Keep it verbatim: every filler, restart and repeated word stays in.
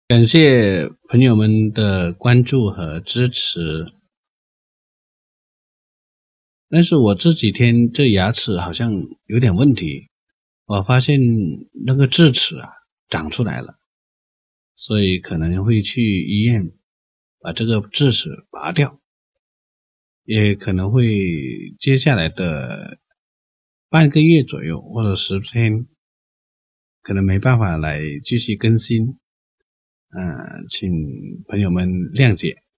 感谢朋友们的关注和支持。但是我这几天这牙齿好像有点问题，我发现那个智齿啊长出来了，所以可能会去医院把这个智齿拔掉，也可能会接下来的半个月左右或者十天可能没办法来继续更新，呃，请朋友们谅解。